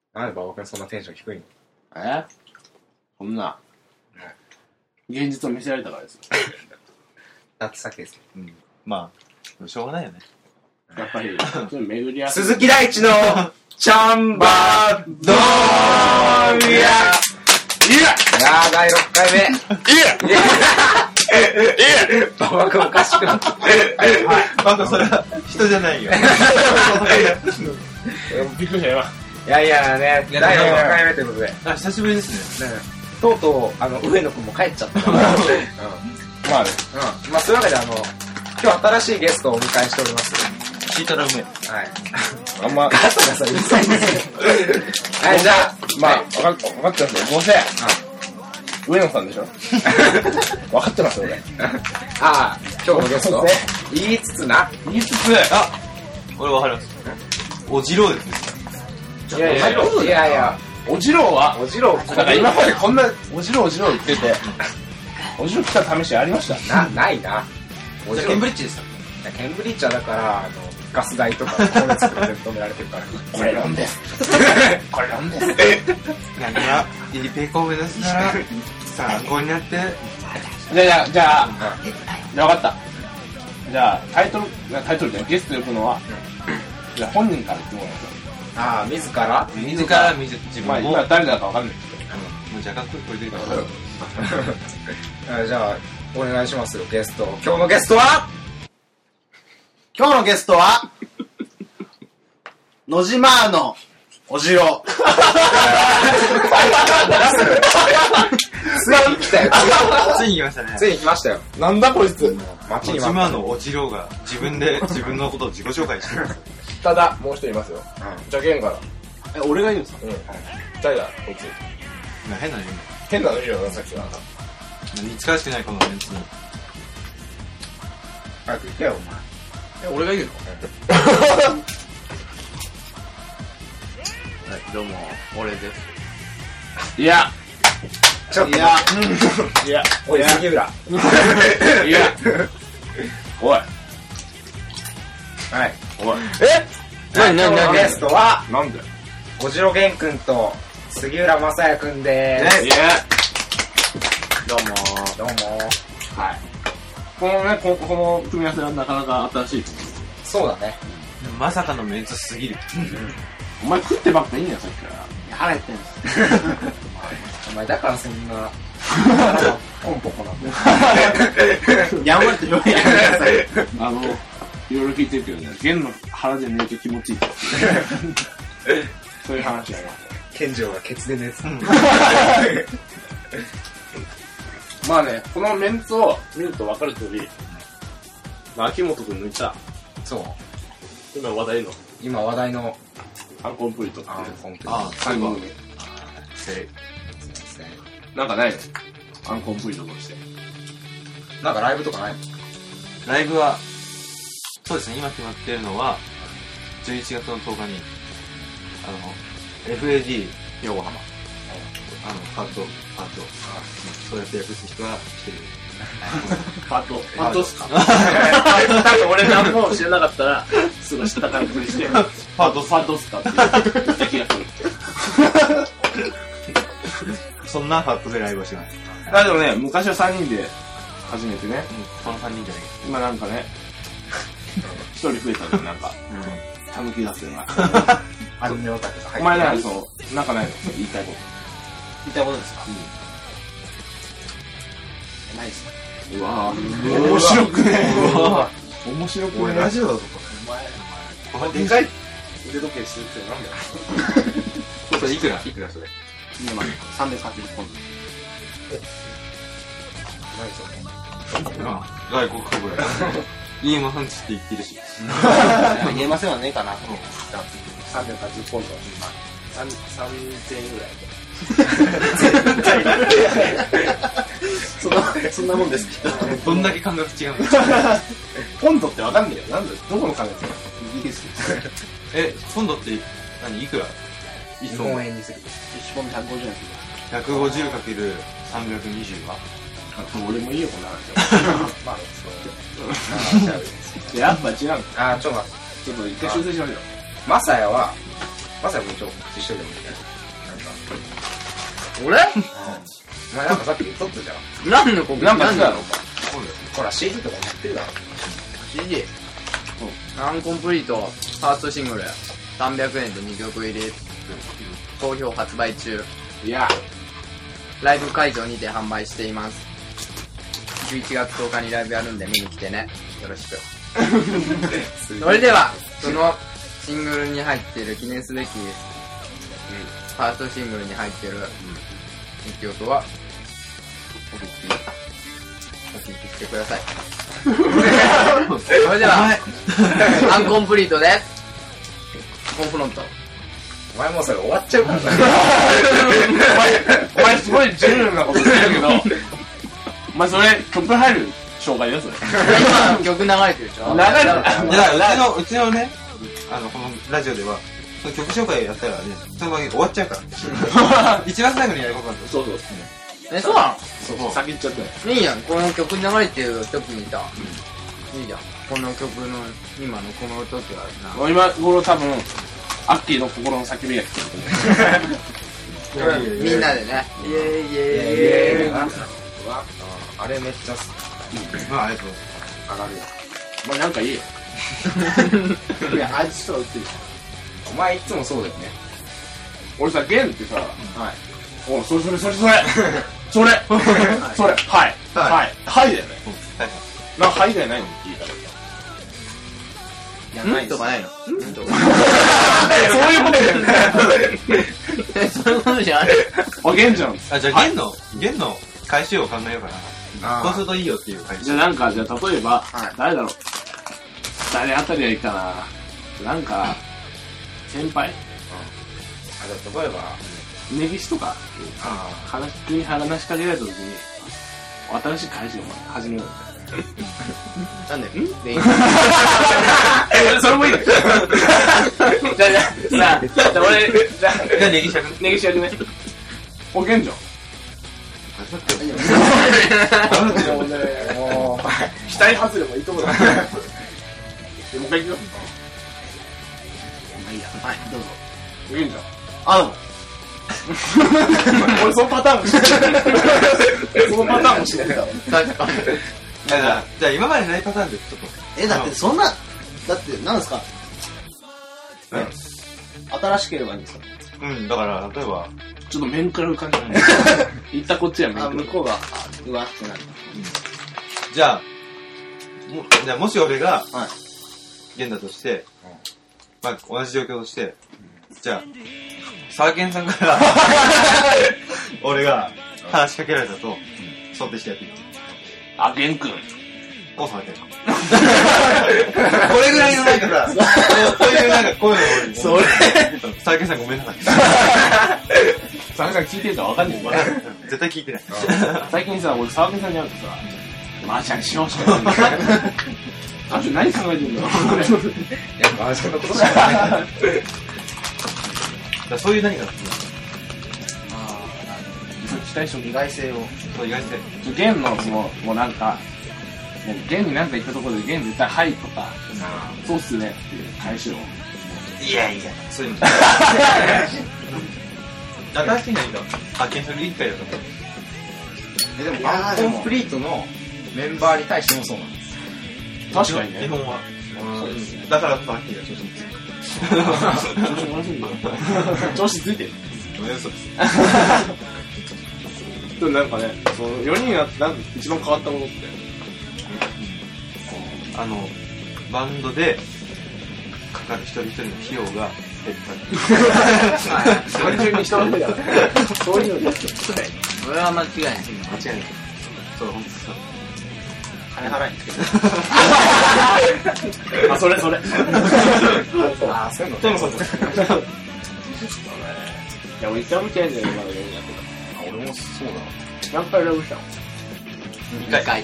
なんで馬場君そんなテンション低いの？ こんな、現実を見せられたからですよ。 だってさっきです。 まあ、しょうがないよね。 やっぱり、巡り合わせ。 鈴木大地のチャンバードーン。いや第6回目。馬場君おかしくなって。 なんかそれは人じゃないよ。 びっくりしたよ。 いやいやね、第6回目ということで。 あ、久しぶりですね。 とうとう、上野くんも帰っちゃったから。 まあね。 まあ、そういうわけで、今日新しいゲストをお迎えしております。 聞いたらうめえ。 はい。 あんま、 ガサガサうるさいんですよ。はい、じゃあ、 まあ、分かってますよ。どうせ、上野さんでしょ。分かってますよ、俺。 ああ、今日のゲスト言いつつ、 俺わかります。おじろうですね。 いやいや、 おじろうはおじろう、 なんか今までこんな、おじろう言ってて、おじろう来た試しありました？ ないな。 じゃあケンブリッジですか？ ケンブリッジはだから、ガス代とか光熱費で止められてるから。 これなんです。これなんです。 何がイリペイコを目指すなら参考になって。 じゃあ分かった。じゃあタイトルじゃゲスト呼ぶのは、じゃあ本人から言ってもらいましょう。 ああ、自ら自分も。 今誰だか分かんないけど。 もう若干声出るから。 じゃあ、お願いしますよ、ゲスト。今日のゲストは野島のおじろう。 ついに来たよ。 ついに来ましたね。 ついに来ましたよ。 なんだこいつ。 街に野島のおじろうが自分で自分のことを自己紹介してる。 ただ、もう一人いますよ。じゃけんから。俺が言うんですか？誰だこいつ。 変なの変なのいるよな、さっきは。 似つかわしくないこのメンツに。 早く言ってよ、お前。 俺が言うの？ はい、どうも、俺です。 いや、 ちょっと。 いや、 おい、杉浦。 いや、おい。 はい。 おい。 今日のゲストは、 なんで？ おじろげんくんと杉浦正也くんでーす。 いや。 どうも。 はい。この組み合わせはなかなか新しいと思う。 そうだね。 まさかのメンツすぎる。 お前食ってばっかいいんだよ、さっきから。腹減ってんです。 お前だからそんな、ポンポコなんだよ。 やんわりと言わないでください。いろいろ聞いてるけどね、弦の腹で寝ると気持ちいいって。そういう話があります。 健丈がケツで寝てた。 まあね、このメンツを見ると分かる通り、まあ、秋元くん抜いた、 そう。 今話題の今話題のアンコンプリートってアンいうコンプリート。 ああ、 3人組。なんかないの？アンコンプリートとして。 なんかライブとかないの？ ライブは、そうですね、今決まってるのは、11月の10日に、FAD 横浜。パート、そうやって訳す人は来てる。 パートっすか？多分俺何も知らなかったら、すぐ知った感覚にして、パートっすかって言った気がする。 そんなパッドでライブはしない。 でもね、昔は3人で始めてね、 この3人じゃない今なんかね、1人増えたでなんか、たぬき出すよな。 アニメオタクが入ってる。 お前なんかなんかないの？言いたいこと。 言いたいことですか？ ないですか？ うわぁ、面白くね。面白くね。 俺ラジオだぞ、 お前でかい腕時計してるってなんだよ。 それいくらそれ。 今380ポンド。 何それ？ 外国株ぐらい。いいもんつって言ってるし。 言えませんはねえかな。 380ポンド。3000円ぐらい。 そんなもんですけど。 どんだけ感覚違うんだ。 ポンドってわかんねえよ。なんで、どこの金ですか？イギリス。 ポンドって何いくら？ 日本円にする。 1ポンド150円。 150×320 は俺もいいよ、こんな話。 まあ、そう。 やっぱ違う。 ちょっと待って。 ちょっと一回修正しましょう。 マサヤは、 まさにもうちょっと告知しといてもいいね。 俺お前なんかさっき言っとったじゃん。 何の告知なんかだろうか。 ほら CD とかやってるだろ。 CD。アンコンプリート、ファーストシングル、300円で2曲入り、好評発売中。 いや、 ライブ会場にて販売しています。11月10日にライブやるんで見に来てね。よろしく。それでは、そのシングルに入っている記念すべき、ファーストシングルに入っている1曲は、お聴きしてください。それでは、アンコンプリートで、コンフロント。 お前もうそれ終わっちゃうからね。 お前すごいジェネラルなこと言ってるけど、お前それ曲入る紹介だよそれ。 今曲流れてるでしょ。 流れてる。 いや、うちのね、このラジオでは、その曲紹介やったらね、その場に終わっちゃうから。一番最後にやることなんだ。 そうそう。 そうなの？ そう先言っちゃったよ。 いいやん、この曲流れてる時にさ、いいじゃん。この曲の、今のこの時はな。 今頃多分、アッキーの心の叫びが聞こえてる。 みんなでね。イエーイイエーイイエーイ。 あれめっちゃまあ、ありがとう上がるよ。 お前なんかいいよ。いや、あいつとは売ってる。 お前いつもそうだよね。 俺さ、ゲンってさ、 はい。 おそれ。それはいだよね。なんかはいだよないの言い方。 いや、ないとかないの？とか。 そういうことだよね。 そういうことじゃない。 あ、ゲンじゃん。 あ、じゃあ、弦の回収を考えようかな。こうするといいよっていう回収。 じゃあなんか、じゃあ例えば、 はい誰だろう。誰あたりがいいかな。なんか、先輩あ、じゃあ例えば、 根岸とか、急に話しかけられた時に、新しい会社を始めよう。 なんででいいそれもいいね。じゃあ俺、じゃあ、 ネギシャ君。 根岸役ね。お、ゲンじゃん。もうね、もう、期待外れもいいとこだ。もう一回行くよ。まあいいや。はい、どうぞ。ゲンじゃん。あ、どうも。俺そのパターンも知ってる。そのパターンも知ってる。 確かに。 じゃあ今までないパターンでちょっと。 だってそんな、だって何ですか？新しければいいんですか？ だから、例えば、 ちょっと面食らう感じだね。行ったこっちは面食らう。 向こうが、うわってなる。 じゃあもし俺が、 はい。 弦だとして、まあ、同じ状況として、じゃあ、沢健さんから、俺が話しかけられたと、想定してやってみて。 あ、ゲン君。 お、沢健。これぐらいのなんかさ、こういうなんか声の俺に。 それ沢健さんごめんなさい。 沢健さん聞いてるかわかんないから。 絶対聞いてない。 最近さ、俺沢健さんに会うとさ、マージャンしようしかない。あんた何考えてんの？ いや、マージャンのことしかない。 そういう何か期待しと意外性を。 そう意外性。 ゲンのその、もうなんか、もうゲンになんか言ったところでゲン絶対はいとか、そうっすねっていう返しを。 いやいや、そういうの。新しい何か発見する一回だと思う。 でも、アンコンプリートのメンバーに対してもそうなんです。 確かにね。 日本は。だからこそハッキーが調子について調子ついてる。 嘘です。 でもなんかね、その4人がなんか一番変わったものって、 バンドでかかる一人一人の費用が減った。 単純に人の手だ。そういうのです。 それは間違いない。 間違いない。そう、ほんとそう。 金払いにつけて。 あ、それ。 ああ、そういうの。 そう。 いや、俺一回も見てないんだよ、まだ4人やって俺もそうだな。 た。何回ライブしたの 2回。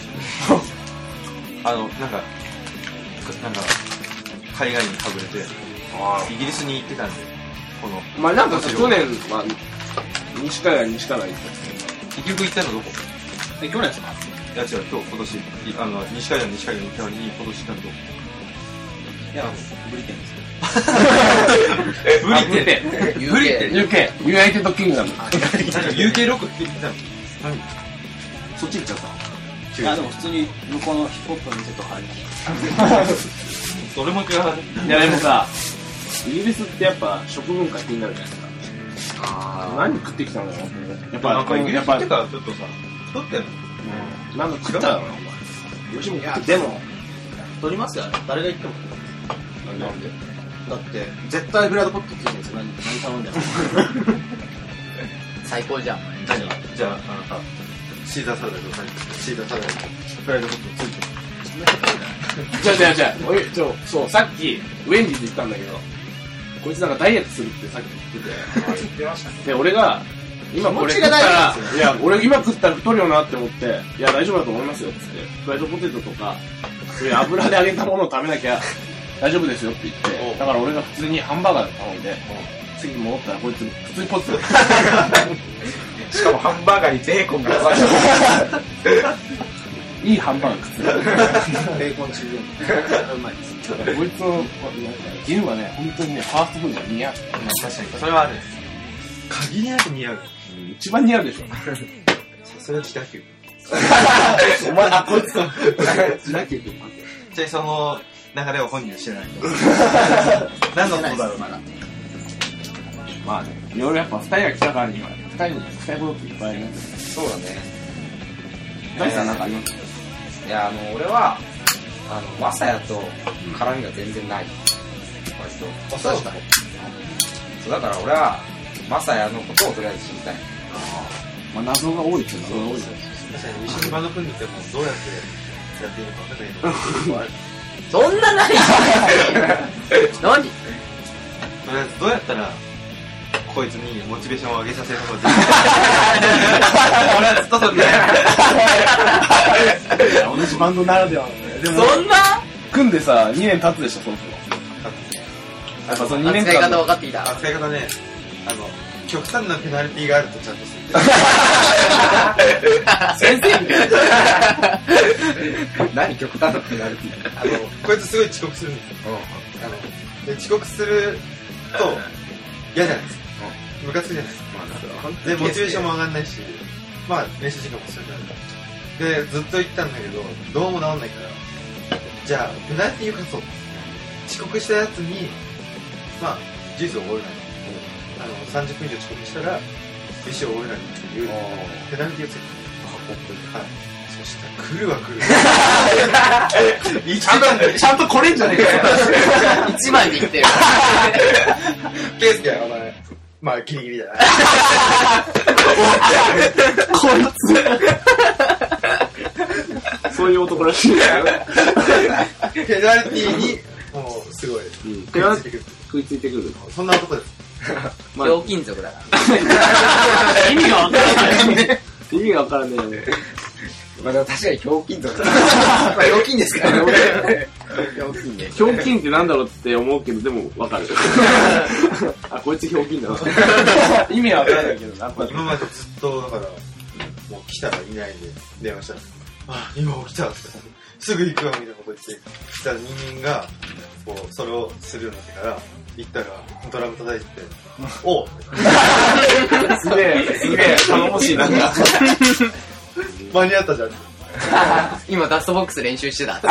海外にかぶれて、イギリスに行ってたんで、この、 お前なんかさ、去年は、西から行った結局行ったのどこ？ 去年ですか？ いや違う、今年、西海岸に行ったのに、今年行ったのどこ？ いや、ブリテンです。 ブリテン。 ブリテン。 UK。ユナイテッドキングダム。 UK ロックって言ってたの。 そっち行っちゃった。 いやでも普通に向こうのヒップホップの店とかありました。 それも違う。 いやでもさ、イギリスってやっぱ食文化気になるじゃないですか。何食ってきたのよ。やっぱ、 なんかイギリスってからちょっとさ、太ってんの。 なんか食っただろ、お前。吉本食って。でも、 取りますよ、誰が言っても。 なんでだって、絶対フライドポテトついてるんですよ、何頼んでも。 最高じゃん。 じゃあ、あなた、シーザーサラダとシーザーサラダとフライドポテトついてる。 じゃあ、そう、さっき、ウェンディーズ行ったんだけど、こいつなんかダイエットするってさっき言ってて、で、俺が、今これ食ったら、いや、俺今食ったら太るよなって思って、いや、大丈夫だと思いますよって言って、フライドポテトとか、そういう油で揚げたものを食べなきゃ大丈夫ですよって言って、だから俺が普通にハンバーガー頼んで、次に戻ったらこいつ、普通にポテト。 しかもハンバーガーにベーコンがさいいハンバーガー食ってベーコンチーズ。うまいです。 こいつの、ジンはね、本当にね、ファーストフードが似合う。 確かに。それはある。限りなく似合う。 一番似合うでしょ。 さすが自他球。 お前、あ、こいつか。 自他球ってじゃあその流れを本人は知らない。何のことだろうな。 まあね、いろいろやっぱ二人が来たからには、二人に聞きたいことっていっぱいありますよ。 そうだね。 大さんなんかあります？ いや、俺は、マサヤと絡みが全然ない。割と。 そうだ。 そうだから俺は、マサヤのことをとりあえず知りたい。 まあ謎が多いっていうのは多いです。 確かに一緒にバンド組んでてもどうやってやっていいのか分かんないけど。 そんなない何とりあえずどうやったらこいつにモチベーションを上げさせるのか俺はずっとそれで同じバンドならではのね。でもそんな組んでさ、2年経つでしょ、そろそろ。やっぱその2年使い方間分かってきた。 使い方ね、極端なペナルティーがあるとちゃんとする。 先生みたいな。 何極端なペナルティー。 こいつすごい遅刻するんですよ。で遅刻すると嫌じゃないですか。ムカつくじゃないですか。で、モチベーションも上がんないし、まあ練習時間もするから。で、ずっと言ったんだけど、どうも治んないから、じゃあ、ペナルティーを課そう。遅刻したやつに、まあ、ジュースをおごるなり、30分以上遅刻したら、飯をおごるなりっていう、ペナルティーをつけて、はい。そしたら、来るわ来る。 ちゃんと来れんじゃねえかよ。 一番に来てる。 ケースケはお前、まあ、ギリギリだな。 こいつ。そういう男らしい。 ペナルティーに、もう、すごい、 ペナルティー食いついてくる。 そんな男です。 ひょうきん族だから。 意味がわからない。意味がわからないよね。 まあでも確かにひょうきんとか。まあひょうきんですからね、俺。ひょうきんね。 ひょうきんってなんだろうって思うけど、でもわかる。あ、こいつひょうきんだな。意味はわからないけど、やっぱ今までずっと、だから、もう来たらいないんで、電話したら、あ、今起きたって、すぐ行くわ、みたいなこと言って、来た人間が、こう、それをするようになってから、行ったら、ドラム叩いてて、おうすげえ、頼もしいな。 間に合ったじゃん。 今ダストボックス練習してた。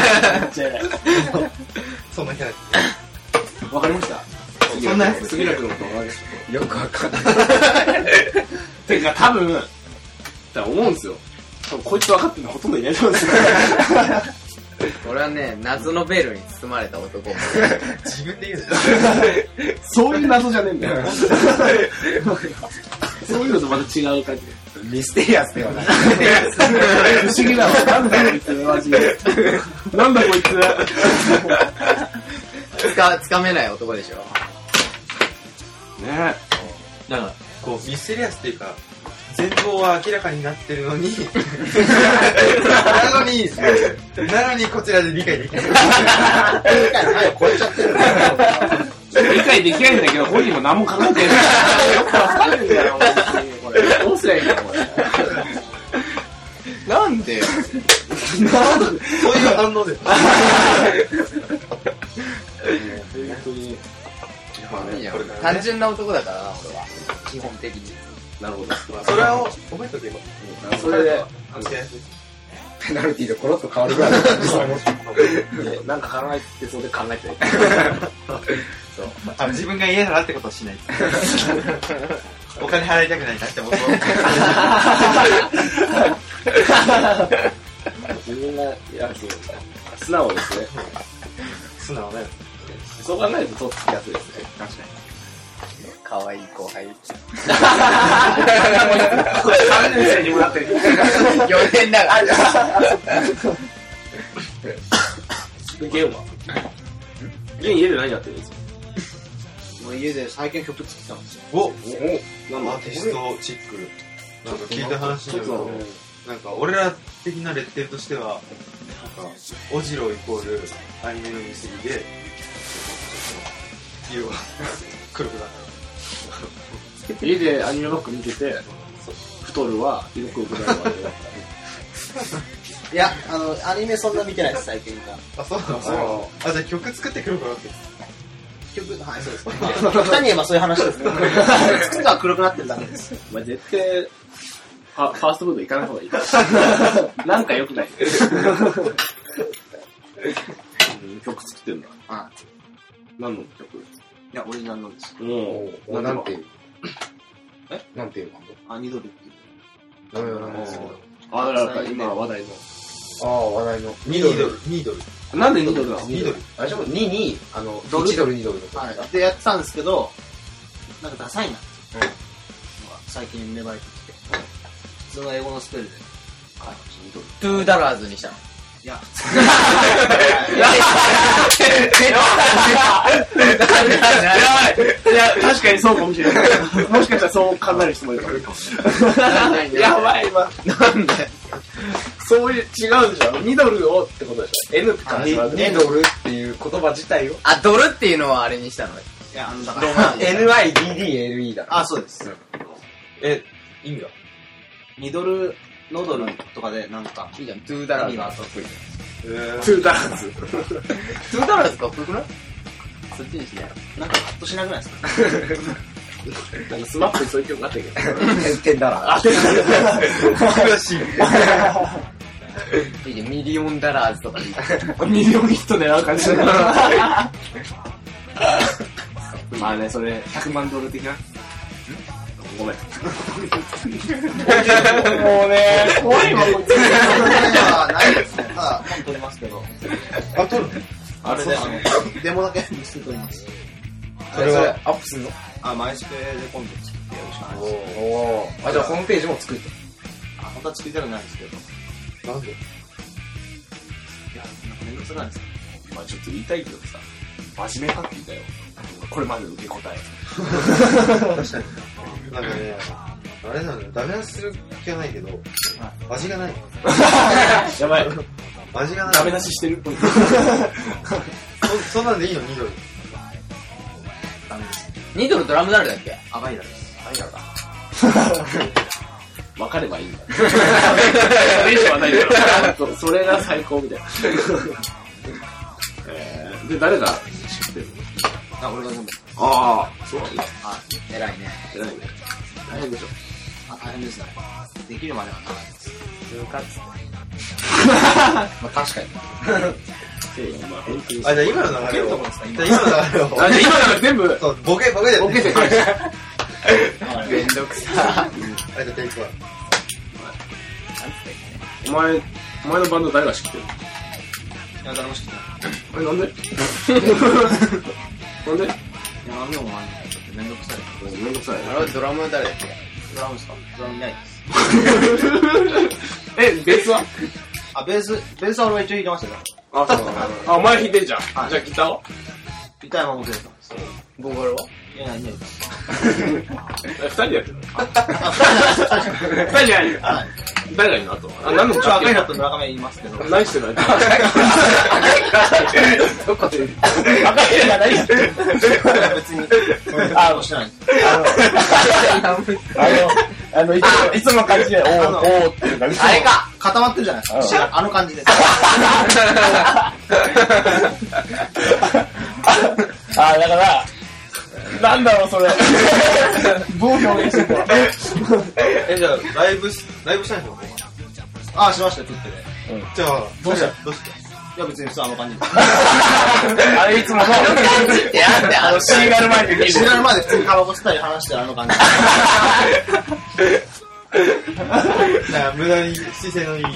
そんなキャラわかりました。 そんなやつ杉浦君のことわかりましよくわかんない。 てか多分、思うんですよ。多分こいつ分かってるのほとんどいないと思うんですよ。 俺はね、謎のベールに包まれた男。 自分で言うのそういう謎じゃねえんだよ。そういうのとまた違う感じで。 ミステリアスではない。 不思議だわ。なんだこいつ、マジで。なんだこいつ。 つかめない男でしょ。 ねだから、こう、ミステリアスっていうか、全貌は明らかになってるのに、なのにこちらで理解できない。 超えちゃってる。 理解できないんだけど、本人も何も考えてない。よくわかるんだよ、これ。どうすりゃいいんだ、これ。 なんでそういう反応で。 本当に。 単純な男だからな、俺は。基本的に。 なるほど。 それを覚えとけば。 それで、 ペナルティでコロッと変わるぐらいの感じそう思って。 なんか考えてそうで考えてない。 そう。自分が嫌だなってことはしない。お金払いたくないなって思う。 自分が、いや、そう。素直ですね。 素直だよ。 そう考えると、とっつきやすいですね。 確かに。 可愛い後輩。 3年生にもなってる。 4年だから。 ゲンはゲン家で何やってるんですか？ もう家で最近曲作ってたんですよ。 おなんだアーティストチック。なんか聞いた話によると、なんか俺ら的なレッテルとしては、なんか、オジロイコールアニメの見過ぎで、色が黒くなった。 家でアニメばっか見てて、太るは色黒くなるわけだった。 いや、アニメそんな見てないです、最近が。 あ、そうなの？あ、じゃあ曲作って黒くなってる。 曲、はい、そうです。極端に言えばそういう話ですね。作ったら黒くなってるだけです。 お前絶対、ファーストフード行かない方がいい。なんか良くない。曲作ってんだ。 は何の曲？ い。いや、オリジナルのです。 おなんていう。なんていうバンド？ ニドルっていう。 あ、だから今話題の。 ああ、話題の。 ニードル。 なんで2ドルなの？ 2ドル。 あれじゃも2に、1ドル2ドルのこと。 はい。で、やってたんですけど、なんかダサいな。最近芽生えてきて。普通の英語のスペルで。はい。 トゥーダラーズにしたの。 いや。 いや、確かにそうかもしれない。もしかしたらそう考える人もいるかも。やばいわ。なんでそういう、違うでしょ。2ドルをってことでしょ。N って感じは。 2ドルっていう言葉自体を。 あ、ドルっていうのはあれにしたの。 いや、だから。 NIDDLE だ。 あ、そうです。 意味は 2ドル、ノドルとかで、なんか。 いいじゃん、トゥーダラーズがかっこいい。 トゥーダラーズ。 トゥーダラーズかっこよくない？そっちにしね。 なんかカットしなくないですか？ なんかスマップにそういう曲があったけど。 10ダラー。 詳しい。 いいじゃん、ミリオンダラーズとかでいい。 ミリオンヒット狙う感じだな。まあね、それ、100万ドル的な。ごめん。もうね、怖いわ、こいつ。 ないですね。ただ、本撮りますけど。 あ、撮るあれで、デモだけ見せて撮ります。 それはアップすんの？ マイスペで今度作ってやるしかないです。 おー。あ、じゃあホームページも作って。 本当は作りたくないんですけど。 なんでいや、なんかめんどくさくないですか？ まあちょっと言いたいけどさ、真面目かって言ったよ。これまでの受け答え。 確かに。なんかね、あれなのよ、ダメ出しする気はないけど、味がない。 やばい。 味がない。 ダメ出ししてるっぽい。 そんなんでいいの、2ドル。 ダメです。 2ドルドラム誰だっけ？ アバイラです。 アイラか。 分かればいいんだ。それ以上はないから。それが最高みたいな。で、誰が知ってるの？ 俺が全部。 ああ、そうなんだ。 偉いね。 偉いね。大変でしょ。 大変ですね。できるまでは長いです。 部活。 まあ確かに。 そうだ、まあ本当に。 あ、じゃあ今の流れを。 どこですか今じゃあ今の流れを。 あ、じゃあ今の全部、 そう、ボケで。 ボケで返して。 めんどくさ。 あ、じゃあテイクワン。 お前のバンド誰が知ってる？ いや、誰も知ってない。 あれなんで？なんで？ いや、何でもないんだけど、めんどくさい。 めんどくさい。 あれはドラムは誰だっけ？ ドラムですか？ドラムいないです。 ベースは？ ベースは俺は一応弾いてましたよ。 あ、そうなんだ。あ、お前弾いてんじゃん。じゃあギターは？ ギターは僕です。 ボーカルは？ いや、いないです。 2人でやってるの？2人じゃないよ。誰がいるのあと？何の赤いのと村上言いますけど。 何してない？ どこで？ 赤いのが何してる？別に。してないんです。 いつもの感じで、おーっていう感じ。 あれか！ 固まってるじゃないですか。あの感じです。 だから、 なんだろう、それ。どう表現してんだろう。 じゃあ、ライブしたんでしょあ、しましたよ、撮ってね。 じゃあ、 どうしたいや、別に普通あの感じで。 あれいつもの、 ってなんでシーガル前で知らないまで普通にタバコ吸ったり話してるあの感じ。 だから無駄に姿勢のいい、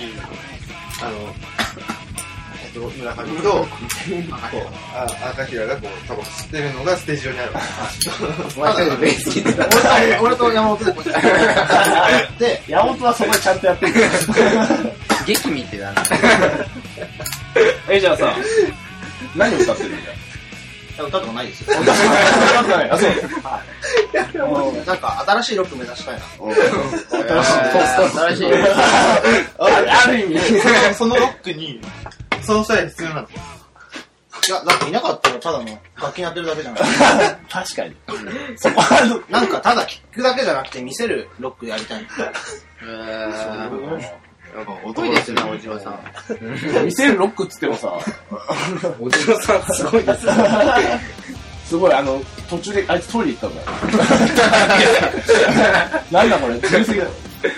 村上と、こう、赤平がこう、タバコ吸ってるのがステージ上にある。 お前一人でベース切ってた。 俺と山本でこうやって、 山本はそこでちゃんとやってるから。 劇見てたな。 じゃあさ、何歌ってるんだよ。 歌とかないですよ。 歌ってない。あ、そう。 なんか新しいロック目指したいな。 新しい。 ある意味。 そのロックに、その二人必要なの。 いや、だっていなかったらただの楽器やってるだけじゃない。 確かに。そこは、 なんかただ聴くだけじゃなくて見せるロックやりたいんだ。 遅いですよね、おじわさん。 見せるロックっつってもさ、 おじわさんすごいですね。 すごい、途中であいつトイレ行ったんだよ。なんだこれ、強すぎだよ。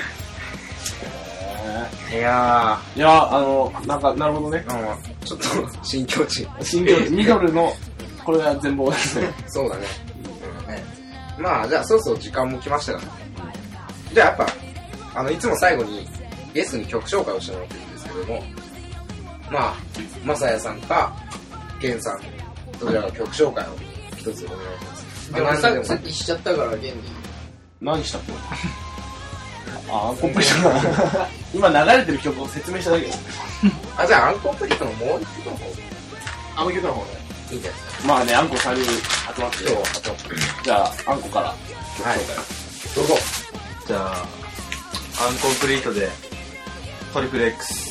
いやいや、なんか、なるほどね。 ちょっと、新境地。 新境地、ミドルの、これが全貌ですね。 そうだね。まあ、じゃあ、そろそろ時間も来ましたから。じゃあ、やっぱ、いつも最後に、ゲストに曲紹介をしてもらってるんですけども、まあ、まさやさんか、ゲンさん、どちらか曲紹介を一つお願いします。さっきしちゃったから、ゲンに。 何したっけアンコンプリートな。今流れてる曲を説明しただけよ。 じゃあ、アンコンプリートのもう一曲の方あの曲の方ね。 いいんじゃないですか。 まあね、アンコ3人集まって。じゃあ、アンコから曲紹介。 どうぞ。 じゃあ、アンコンプリートで、トリプル X。